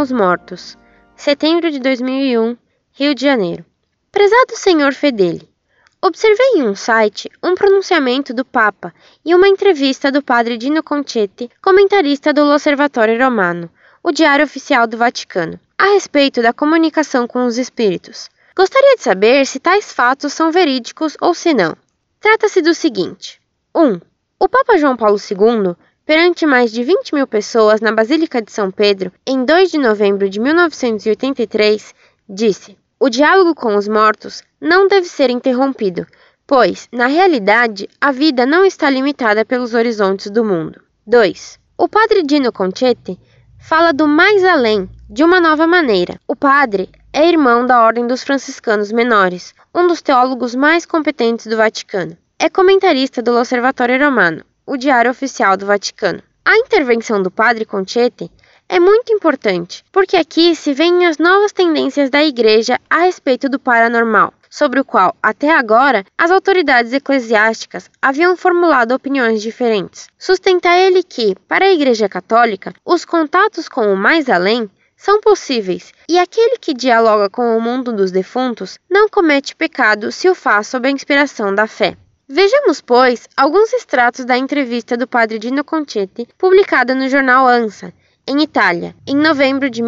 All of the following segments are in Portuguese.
os mortos. Setembro de 2001, Rio de Janeiro. Prezado Senhor Fedeli, observei em um site um pronunciamento do Papa e uma entrevista do padre Dino Concetti, comentarista do L'Osservatore Romano, o diário oficial do Vaticano, a respeito da comunicação com os espíritos. Gostaria de saber se tais fatos são verídicos ou se não. Trata-se do seguinte. 1. O Papa João Paulo II, perante mais de 20 mil pessoas na Basílica de São Pedro, em 2 de novembro de 1983, disse: o diálogo com os mortos não deve ser interrompido, pois, na realidade, a vida não está limitada pelos horizontes do mundo. 2. O padre Dino Concetti fala do mais além, de uma nova maneira. O padre é irmão da Ordem dos Franciscanos Menores, um dos teólogos mais competentes do Vaticano. É comentarista do L'Osservatore Romano, o diário oficial do Vaticano. A intervenção do padre Concetti é muito importante, porque aqui se veem as novas tendências da Igreja a respeito do paranormal, sobre o qual, até agora, as autoridades eclesiásticas haviam formulado opiniões diferentes. Sustenta ele que, para a Igreja Católica, os contatos com o mais além são possíveis, e aquele que dialoga com o mundo dos defuntos não comete pecado se o faz sob a inspiração da fé. Vejamos, pois, alguns extratos da entrevista do padre Dino Concetti, publicada no jornal ANSA, em Itália, em novembro de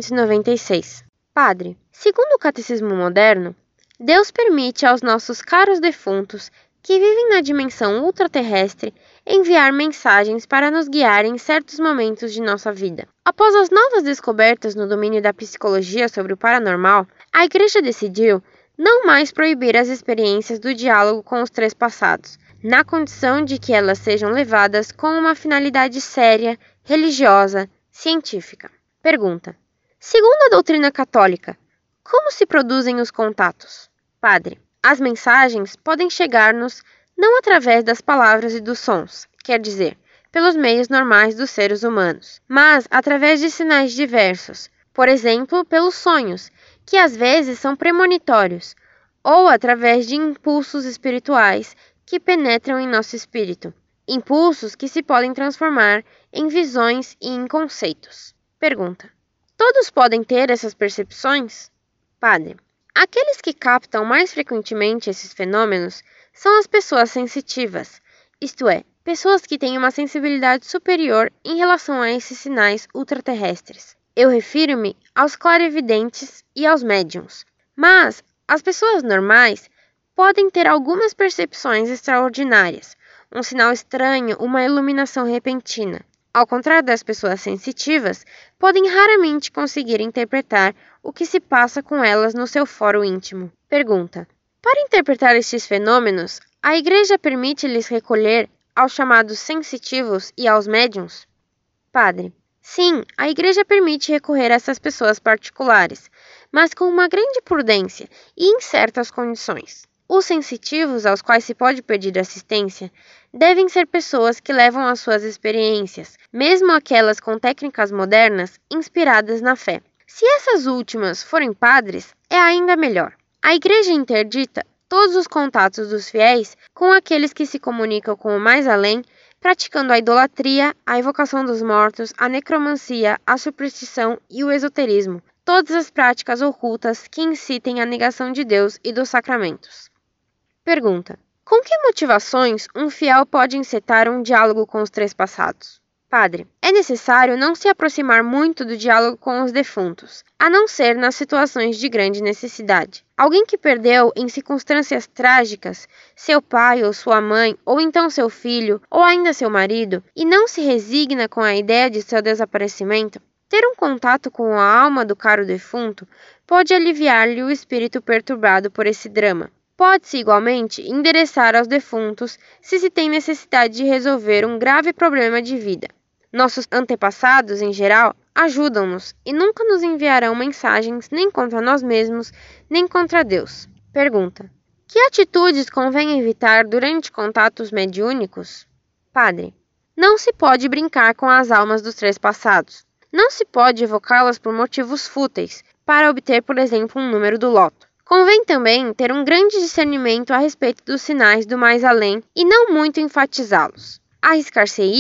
1996. Padre, segundo o Catecismo Moderno, Deus permite aos nossos caros defuntos, que vivem na dimensão ultraterrestre, enviar mensagens para nos guiar em certos momentos de nossa vida. Após as novas descobertas no domínio da psicologia sobre o paranormal, a Igreja decidiu não mais proibir as experiências do diálogo com os três passados, na condição de que elas sejam levadas com uma finalidade séria, religiosa, científica. Pergunta: segundo a doutrina católica, como se produzem os contatos? Padre, as mensagens podem chegar-nos não através das palavras e dos sons, quer dizer, pelos meios normais dos seres humanos, mas através de sinais diversos, por exemplo, pelos sonhos, que às vezes são premonitórios, ou através de impulsos espirituais que penetram em nosso espírito, impulsos que se podem transformar em visões e em conceitos. Pergunta: todos podem ter essas percepções? Padre, aqueles que captam mais frequentemente esses fenômenos são as pessoas sensitivas, isto é, pessoas que têm uma sensibilidade superior em relação a esses sinais ultraterrestres. Eu refiro-me aos clarividentes e aos médiums. Mas as pessoas normais podem ter algumas percepções extraordinárias, um sinal estranho, uma iluminação repentina. Ao contrário das pessoas sensitivas, podem raramente conseguir interpretar o que se passa com elas no seu foro íntimo. Pergunta: para interpretar estes fenômenos, a Igreja permite-lhes recolher aos chamados sensitivos e aos médiuns? Padre, sim, a Igreja permite recorrer a essas pessoas particulares, mas com uma grande prudência e em certas condições. Os sensitivos aos quais se pode pedir assistência devem ser pessoas que levam as suas experiências, mesmo aquelas com técnicas modernas, inspiradas na fé. Se essas últimas forem padres, é ainda melhor. A Igreja interdita todos os contatos dos fiéis com aqueles que se comunicam com o mais além, praticando a idolatria, a invocação dos mortos, a necromancia, a superstição e o esoterismo, todas as práticas ocultas que incitem à negação de Deus e dos sacramentos. Pergunta: com que motivações um fiel pode encetar um diálogo com os três passados? Padre, é necessário não se aproximar muito do diálogo com os defuntos, a não ser nas situações de grande necessidade. Alguém que perdeu em circunstâncias trágicas seu pai ou sua mãe, ou então seu filho, ou ainda seu marido, e não se resigna com a ideia de seu desaparecimento, ter um contato com a alma do caro defunto pode aliviar-lhe o espírito perturbado por esse drama. Pode-se, igualmente, endereçar aos defuntos se se tem necessidade de resolver um grave problema de vida. Nossos antepassados, em geral, ajudam-nos e nunca nos enviarão mensagens nem contra nós mesmos, nem contra Deus. Pergunta: que atitudes convém evitar durante contatos mediúnicos? Padre, não se pode brincar com as almas dos três passados. Não se pode evocá-las por motivos fúteis, para obter, por exemplo, um número do loto. Convém também ter um grande discernimento a respeito dos sinais do mais além e não muito enfatizá-los. Arriscar-se-ia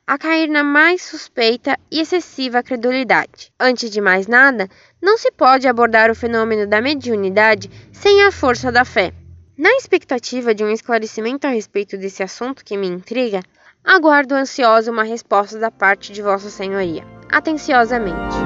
a cair na mais suspeita e excessiva credulidade. Antes de mais nada, não se pode abordar o fenômeno da mediunidade sem a força da fé. Na expectativa de um esclarecimento a respeito desse assunto que me intriga, aguardo ansiosa uma resposta da parte de Vossa Senhoria. Atenciosamente.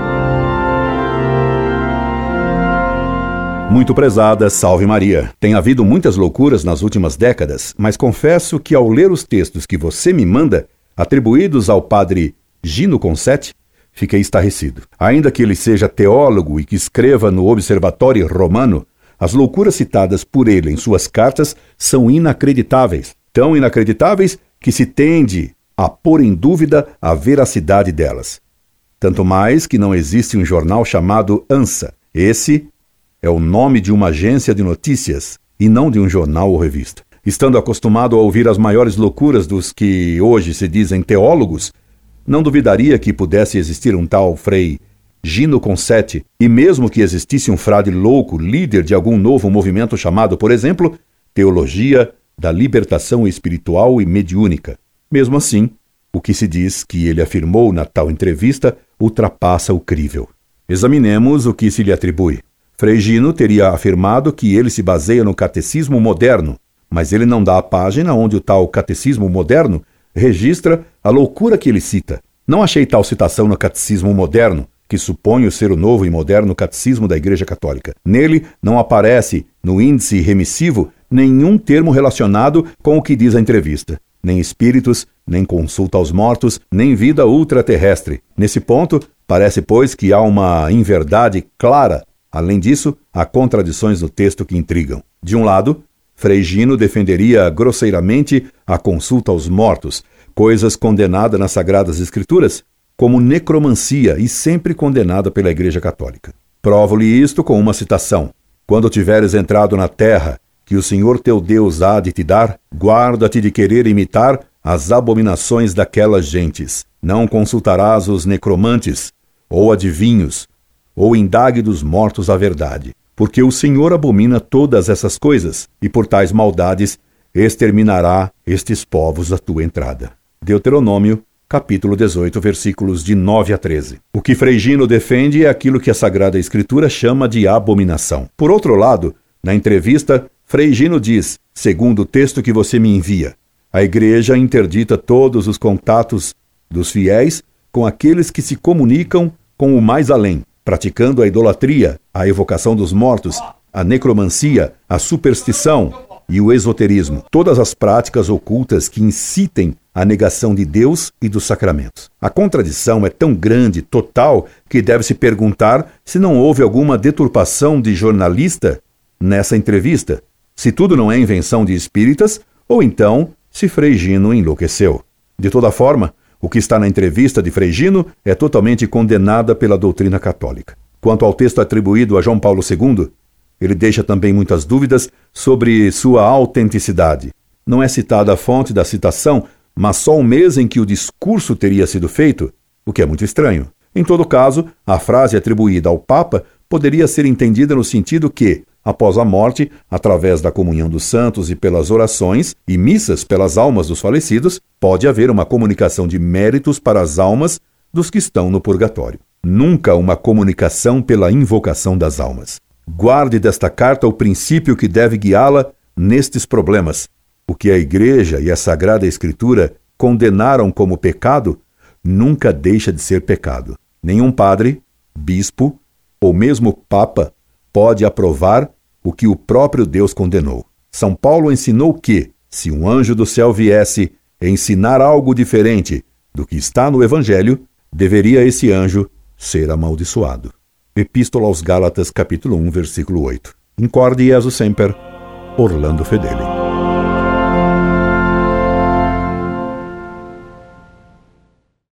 Muito prezada, salve Maria. Tem havido muitas loucuras nas últimas décadas, mas confesso que ao ler os textos que você me manda, atribuídos ao padre Gino Concetti, fiquei estarrecido. Ainda que ele seja teólogo e que escreva no Observatório Romano, as loucuras citadas por ele em suas cartas são inacreditáveis. Tão inacreditáveis que se tende a pôr em dúvida a veracidade delas. Tanto mais que não existe um jornal chamado ANSA. Esse é o nome de uma agência de notícias e não de um jornal ou revista. Estando acostumado a ouvir as maiores loucuras dos que hoje se dizem teólogos, não duvidaria que pudesse existir um tal Frei Gino Concetti, e mesmo que existisse um frade louco, líder de algum novo movimento chamado, por exemplo, Teologia da Libertação Espiritual e Mediúnica. Mesmo assim, o que se diz que ele afirmou na tal entrevista ultrapassa o crível. Examinemos o que se lhe atribui. Frei Gino teria afirmado que ele se baseia no catecismo moderno, mas ele não dá a página onde o tal catecismo moderno registra a loucura que ele cita. Não achei tal citação no catecismo moderno, que suponho ser o novo e moderno catecismo da Igreja Católica. Nele não aparece, no índice remissivo, nenhum termo relacionado com o que diz a entrevista. Nem espíritos, nem consulta aos mortos, nem vida ultraterrestre. Nesse ponto, parece, pois, que há uma inverdade clara. Além disso, há contradições no texto que intrigam. De um lado, Frei Gino defenderia grosseiramente a consulta aos mortos, coisas condenadas nas Sagradas Escrituras, como necromancia e sempre condenada pela Igreja Católica. Provo-lhe isto com uma citação. Quando tiveres entrado na terra, que o Senhor teu Deus há de te dar, guarda-te de querer imitar as abominações daquelas gentes. Não consultarás os necromantes, ou adivinhos, ou indague dos mortos a verdade, porque o Senhor abomina todas essas coisas, e por tais maldades exterminará estes povos à tua entrada. Deuteronômio, capítulo 18, versículos de 9 a 13. O que Frei Gino defende é aquilo que a Sagrada Escritura chama de abominação. Por outro lado, na entrevista, Frei Gino diz, segundo o texto que você me envia, a Igreja interdita todos os contatos dos fiéis com aqueles que se comunicam com o mais além, praticando a idolatria, a evocação dos mortos, a necromancia, a superstição e o esoterismo, todas as práticas ocultas que incitem a negação de Deus e dos sacramentos. A contradição é tão grande, total, que deve-se perguntar se não houve alguma deturpação de jornalista nessa entrevista, se tudo não é invenção de espíritas, ou então se Frei Gino enlouqueceu. De toda forma, o que está na entrevista de Frei Gino é totalmente condenada pela doutrina católica. Quanto ao texto atribuído a João Paulo II, ele deixa também muitas dúvidas sobre sua autenticidade. Não é citada a fonte da citação, mas só o mês em que o discurso teria sido feito, o que é muito estranho. Em todo caso, a frase atribuída ao Papa poderia ser entendida no sentido que, após a morte, através da comunhão dos santos e pelas orações e missas pelas almas dos falecidos, pode haver uma comunicação de méritos para as almas dos que estão no purgatório. Nunca uma comunicação pela invocação das almas. Guarde desta carta o princípio que deve guiá-la nestes problemas. O que a Igreja e a Sagrada Escritura condenaram como pecado, nunca deixa de ser pecado. Nenhum padre, bispo ou mesmo papa pode aprovar o que o próprio Deus condenou. São Paulo ensinou que, se um anjo do céu viesse ensinar algo diferente do que está no Evangelho, deveria esse anjo ser amaldiçoado. Epístola aos Gálatas, capítulo 1, versículo 8. Incorde Jesus Semper, Orlando Fedeli.